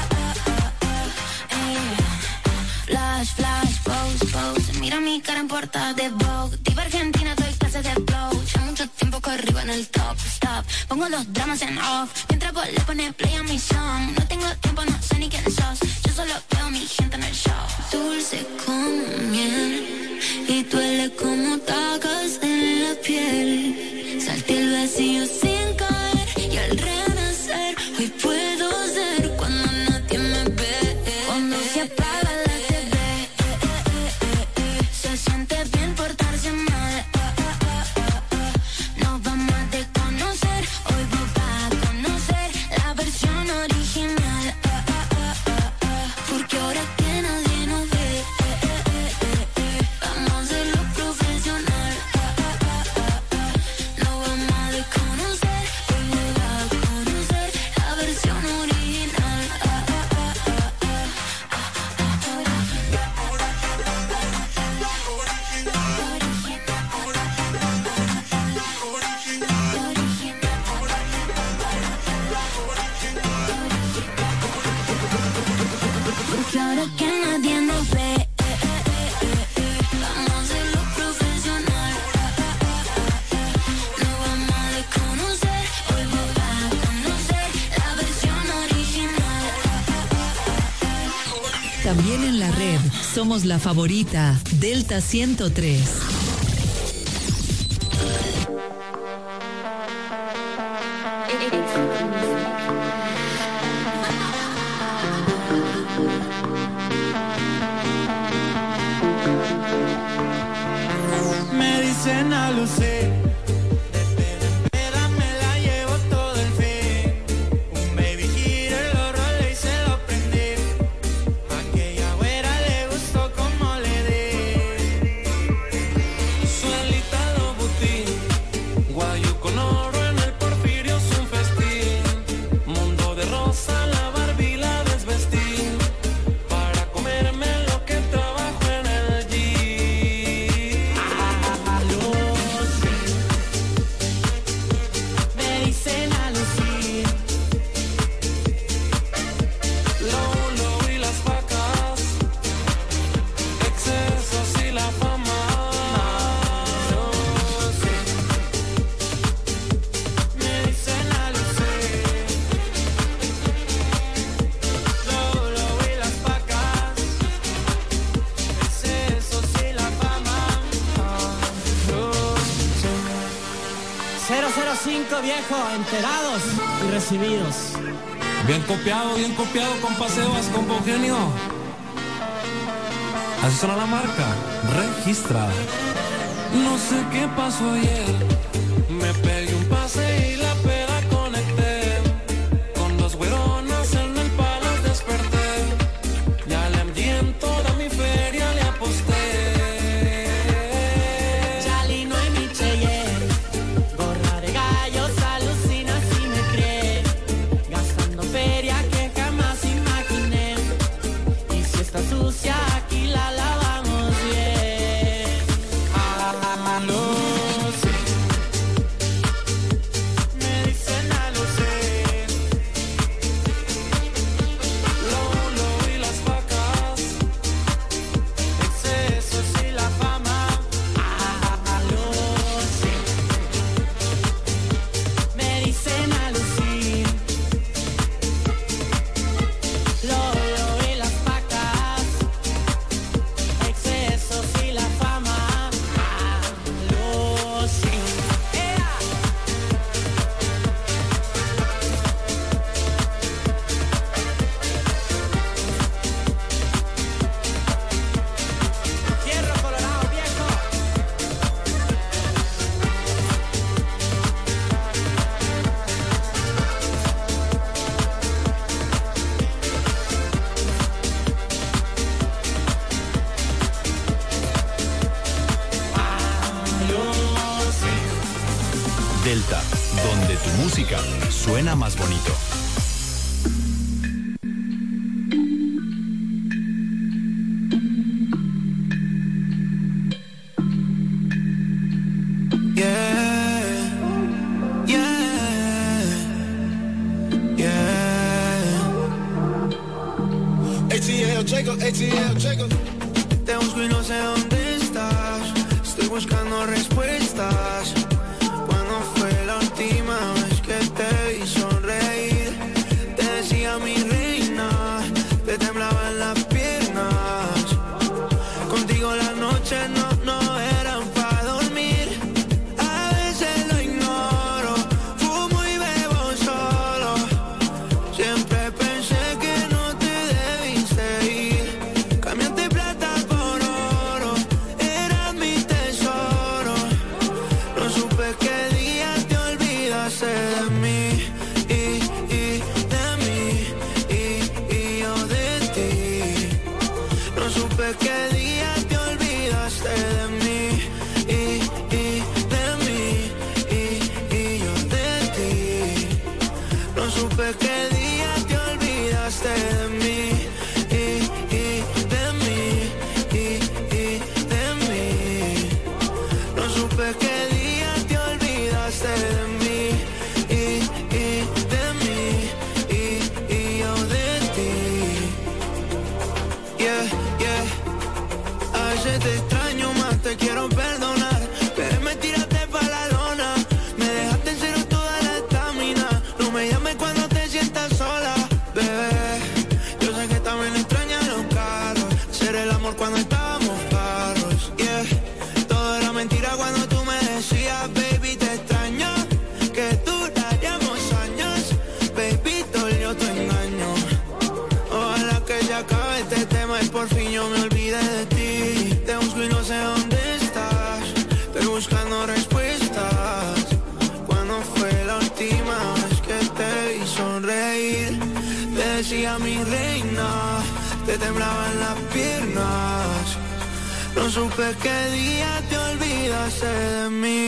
Flash, flash, pose, pose. Mira mi cara en portada de Vogue. Diva argentina, doy clases de flow. Ya mucho tiempo que arriba en el top, stop. Pongo los dramas en off. Mientras vos le pones play a mi song. No tengo tiempo, no sé ni quién sos. Yo solo veo a mi gente en el show. Dulce como miel y duele como tacas en la piel. Salté el vacío sin caer y al renacer hoy puedo ser cuando nadie me ve. Cuando se apaga la TV, se siente bien portarse mal. Nos vamos a desconocer, hoy voy a conocer la versión original. Porque ahora que nadie nos ve, vamos a hacerlo profesional. No vamos a desconocer, hoy voy a conocer la versión original. Porque ahora que nadie nos ve, vamos a hacerlo profesional. No vamos a desconocer, hoy voy a conocer la versión original.
También en la red somos la favorita Delta 103.
Me dicen a lucir, me la llevo todo el fin. Un baby gira, lo rolé y se lo prendí. Aquella güera le gustó como le di. Suelita lo butí, guayo con oro en el porfirio es un festín. Mundo de rosa, la Barbie la desvestí. Para comerme lo que trabajo en el gym. Me dicen a lucir, Lolo y las vacas, excesos y la fama. Me dicen a lucir, Lolo y las vacas, excesos y la fama.
005 viejo, enterados y recibidos.
Bien copiado con paseos con Eugenio. Así suena la marca, registra. No sé qué pasó ayer, me pegué un pase y la peda conecté. Con dos güeronas en el palace desperté. Ya le envié en toda mi feria, le aposté.
Chalino y mi Cheyenne, gorra de gallos, alucina si me cree. Gastando feria que jamás imaginé. Y si está sucia, aquí la lavamos bien.
No sé.
donde tu música suena más bonito.
ATL, checo. Te busco y no sé dónde estás. Estoy buscando respuestas. ¿Cuándo fue la última vez que te vi sonreír? Te decía mi reina, te temblaban las piernas. Contigo las noches no eran para dormir. A veces lo ignoro, fumo y bebo solo. Siempre pensé que no te debiste ir. Cambiaste plata por oro, eras mi tesoro. No supe qué día te olvidaste de mí y de mí y yo de ti. No supe qué día te olvidaste de mí y de mí y yo de ti. No supe qué día te olvidaste de mí y de mí y de mí. No supe qué día te olvidaste de mí y de mí y yo de ti. Yeah, yeah. A veces te extraño más, te quiero perdonar, pero me tiraste pa' la lona. Me dejaste en cero toda la estamina. No me llames cuando te sientas sola, bebé. Yo sé que también extrañas los carros, hacer el amor cuando estábamos claros. Yeah, todo era mentira cuando tú me decías, baby, te extraño, que duraríamos años. Baby, dolió tu engaño. Ojalá que se acabe este tema y por fin yo me olvide de ti. Te busco y no sé dónde estás. Estoy buscando respuestas. ¿Cuándo fue la última vez que te vi sonreír? Te decía mi reina, te temblaban las piernas. No supe qué día te olvidaste de mí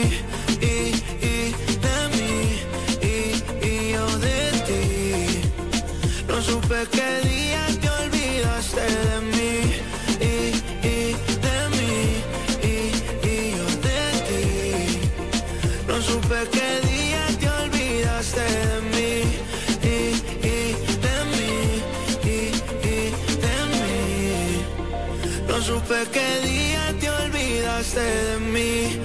y de mí y yo de ti. No supe qué día te olvidaste de mí y de mí y yo de ti. No supe qué día te olvidaste de mí y de mí y de mí. No supe qué día te olvidaste de mí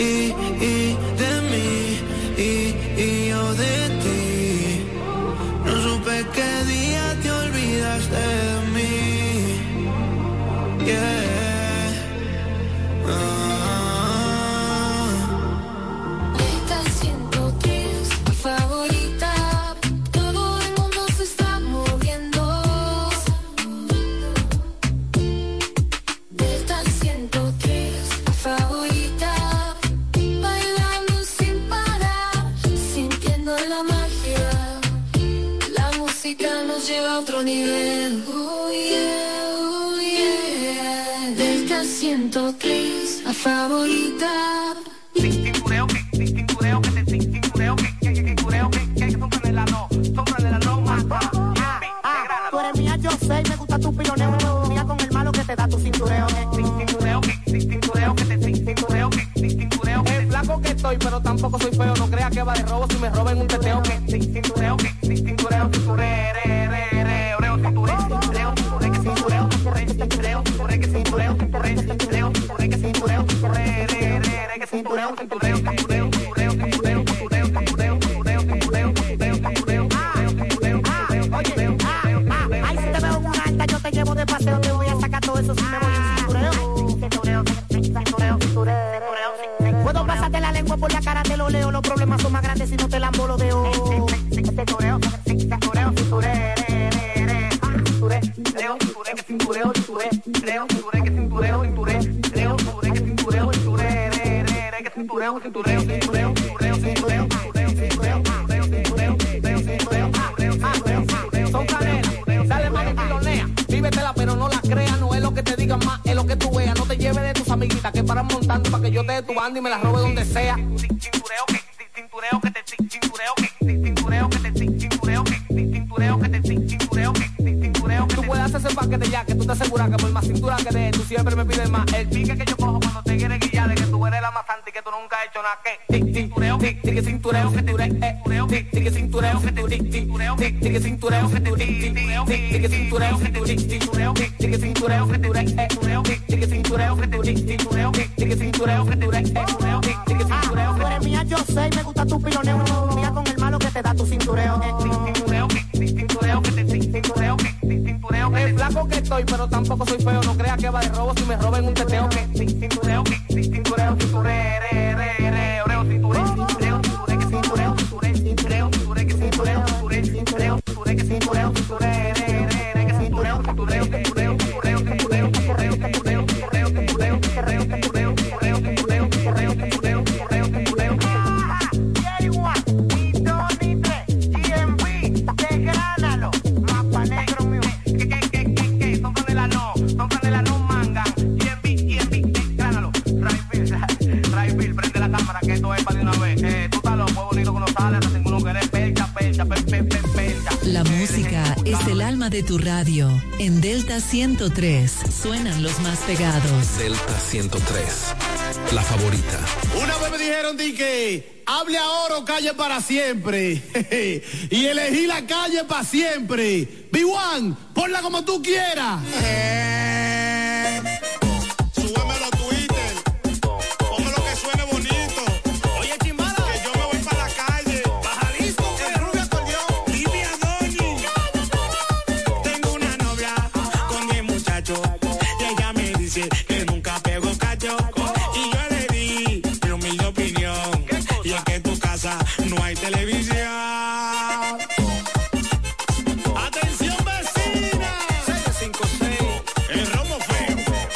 y de mí y yo de ti. No supe qué día te olvidaste de mí. Yeah.
Esta 103, mi favorita. Todo el mundo se está moviendo. Esta 103, mi favorita. Bailando sin parar, sintiendo la magia. La música nos lleva a otro nivel. Oh yeah, oh yeah. Delta 103, la favorita.
Cintureo que te cintureo que son de la loma.
Tú eres mía, yo sé, y me gusta tu piloneo. Mía con el malo que te da tu cintureo.
Cintureo que te cintureo.
Es flaco que estoy, pero tampoco soy feo. No creas que va de robo si me roben un teteo.
Cintureo.
Ay, si te veo en una alta, yo te llevo de paseo. Te voy a sacar todo eso si me voy en cintureo. Puedo pasarte la lengua por la cara, te lo leo. Los problemas son más grandes si no te la embolodeo. Son canelas, dale mano y pilonea. Vívetela pero no la creas, no es lo que te digan más, es lo que tú veas. No te lleves de tus amiguitas que paran montando para que yo te dé tu banda y me la robe donde sea.
Cintureo que te cintureo
paquete ya, que tú te aseguras que por más cintura que de tú siempre me pides más. El pique que yo cojo cuando te quieres guillar de que tú eres la más santa y que tú nunca has hecho nada. Que cintureo, que cintureo, que te que cintureo, que te cintureo, que cintureo, que te cintureo, que cintureo, que te cintureo, que cintureo, que te cintureo, que cintureo, que te cintureo, que cintureo, que te cintureo, que cintureo.
Tú eres mía, yo sé, me gusta tu piloneo. Mía con el malo que te da tu cintureo.
Cintureo, cintureo, que te cintureo, cintureo. Es flaco que estoy, pero tampoco soy feo. No creas que va de robo si me roben un teteo. Que cintureo, cintureo,
La música es el alma de tu radio. En Delta 103 suenan los más pegados.
Delta 103, la favorita.
Una vez me dijeron que hable ahora o calle para siempre. Y elegí la calle para siempre. B1, ponla como tú quieras.
Súbemelo a Twitter. Póngalo que suene bonito. Oye, Chimbala, que yo me voy para la calle. Bajalisco, el rubio acordeón. Livia Doni. Tengo una novia con 10 muchachos. Y ella me dice que nunca pego cacho. Y yo le di mi humilde opinión. Y es que en tu casa no hay televisión. Atención vecina. 656. El robo feo.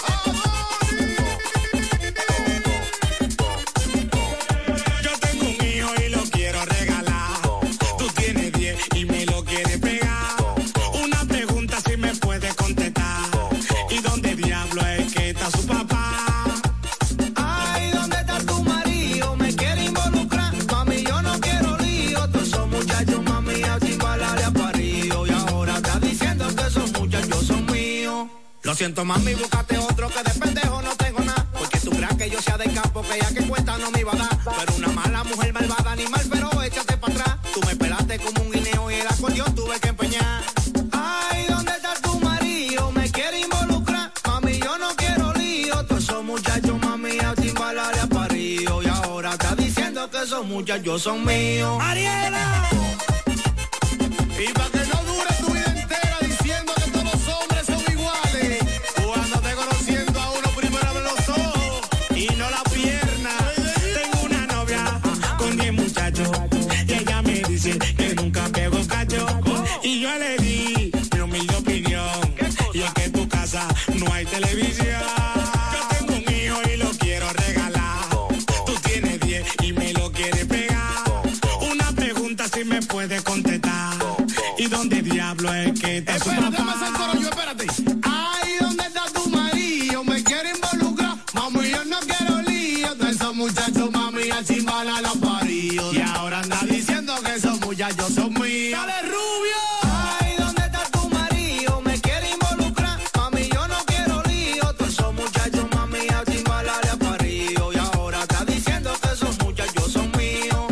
Yo tengo un hijo y lo quiero regalar. Tú tienes 10 y me lo quieres pegar. Una pregunta si me puedes contestar. ¿Y dónde diablo es que está su papá?
Ay, ¿dónde está tu marido? Me quiere involucrar. Mami, yo no quiero lío. Todos esos muchachos, mami, a Chimbala le ha parido. Y ahora está diciendo que esos muchachos son míos.
Lo siento, mami, búscate otro que de pendejo no tengo nada. Porque tú creas que yo sea del campo, que ya que cuenta no me iba a dar. Pero una mala mujer malvada, animal, pero échate para atrás. Tú me pelaste como un guineo y el acordeón tuve que empeñar.
Ay, ¿dónde está tu marido? Me quiere involucrar. Mami, yo no quiero lío. Todos esos muchachos, mami, a Chimbala le ha parido. Y ahora está diciendo que esos muchachos son míos.
¡Ariela! Y para que no dure tu vida entera diciendo que todos los hombres son iguales. Cuando te conociendo a uno primero de los ojos y no la pierna. Tengo una novia con 10 muchachos y ella me dice que nunca pego cacho. Y yo le di mi humilde opinión. Y es que en tu casa no hay televisión. Yo tengo un hijo y lo quiero regalar. Tú tienes 10 y me lo quieres pegar. Una pregunta si me puedes contestar. ¿Y dónde diablo es que está su papá?
Espérate. Ay, ¿dónde está tu marido? Me quiere involucrar. Mami, yo no quiero lío. De esos muchachos, mami, a Chimbala la parido. Y ahora anda diciendo que esos muchachos son míos. ¡Dale, rubio!
Ay, ¿dónde está tu marido? Me quiere involucrar. Mami, yo no quiero lío. Todos esos muchachos, mami, a Chimbala le ha parido. Y ahora está diciendo que esos muchachos son míos.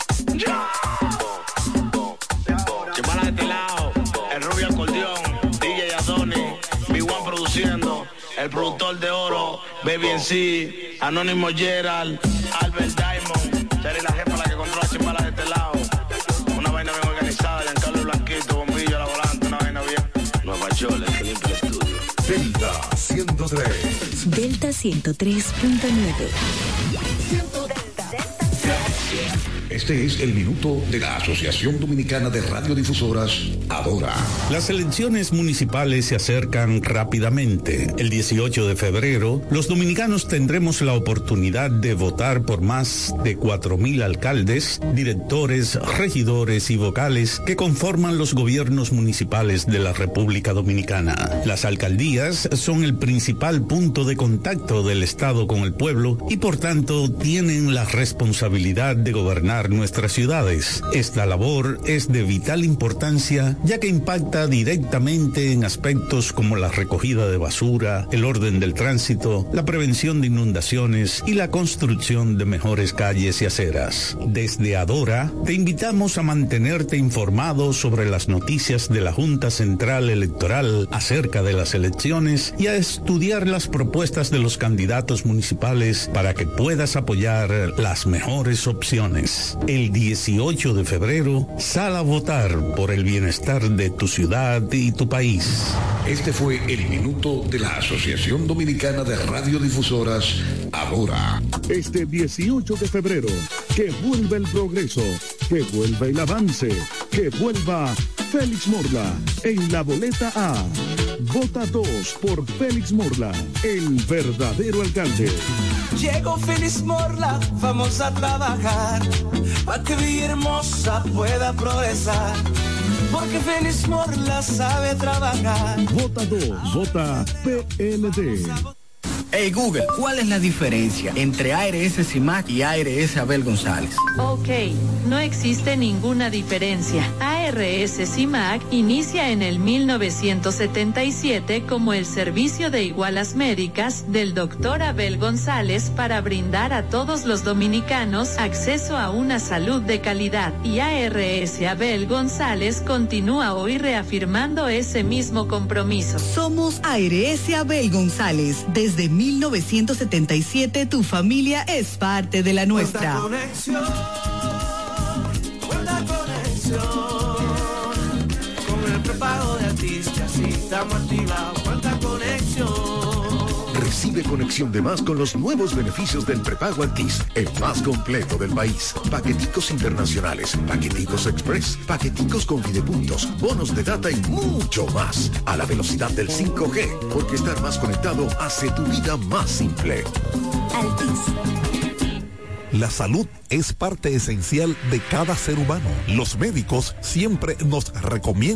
Chimbala de este lado, el rubio acordeón, DJ Adoni, B1 produciendo, el productor de oro, Baby NC, Anónimo Gerald, Albert Diamond, Terry la jefa la que controla Chimbala de este lado. Una vaina bien organizada, Giancarlo Blanquito, bombillo a la volante, una vaina bien. Nueva York, el que limpia el estudio.
Delta 103.
Delta 103.9.
Este es el minuto de la Asociación Dominicana de Radiodifusoras, Adora.
Las elecciones municipales se acercan rápidamente. El 18 de febrero, los dominicanos tendremos la oportunidad de votar por más de 4.000 alcaldes, directores, regidores y vocales que conforman los gobiernos municipales de la República Dominicana. Las alcaldías son el principal punto de contacto del Estado con el pueblo y por tanto tienen la responsabilidad de gobernar nuestras ciudades. Esta labor es de vital importancia, ya que impacta directamente en aspectos como la recogida de basura, el orden del tránsito, la prevención de inundaciones y la construcción de mejores calles y aceras. Desde Adora, te invitamos a mantenerte informado sobre las noticias de la Junta Central Electoral acerca de las elecciones y a estudiar las propuestas de los candidatos municipales para que puedas apoyar las mejores opciones. El 18 de febrero, sal a votar por el bienestar de tu ciudad y tu país.
Este fue el minuto de la Asociación Dominicana de Radiodifusoras, Adora.
Este 18 de febrero, que vuelva el progreso, que vuelva el avance, que vuelva Félix Morla en la boleta A. Vota 2 por Félix Morla, el verdadero alcalde.
Llegó Félix Morla, vamos a trabajar para que Villahermosa pueda progresar. Porque Félix Morla sabe trabajar.
Vota 2, vota PLD.
Hey Google, ¿cuál es la diferencia entre ARS CIMAC y ARS Abel González?
Ok, no existe ninguna diferencia. ARS CIMAC inicia en el 1977 como el servicio de igualas médicas del Dr. Abel González para brindar a todos los dominicanos acceso a una salud de calidad. Y ARS Abel González continúa hoy reafirmando ese mismo compromiso.
Somos ARS Abel González. Desde 1977 tu familia es parte de la nuestra.
Buena conexión, con el prepago de artistas y estamos activados. Buena conexión.
Recibe conexión de más con los nuevos beneficios del prepago Altis, el más completo del país. Paqueticos internacionales, paqueticos express, paqueticos con videopuntos, bonos de data y mucho más. A la velocidad del 5G, porque estar más conectado hace tu vida más simple.
Altis. La salud es parte esencial de cada ser humano. Los médicos siempre nos recomiendan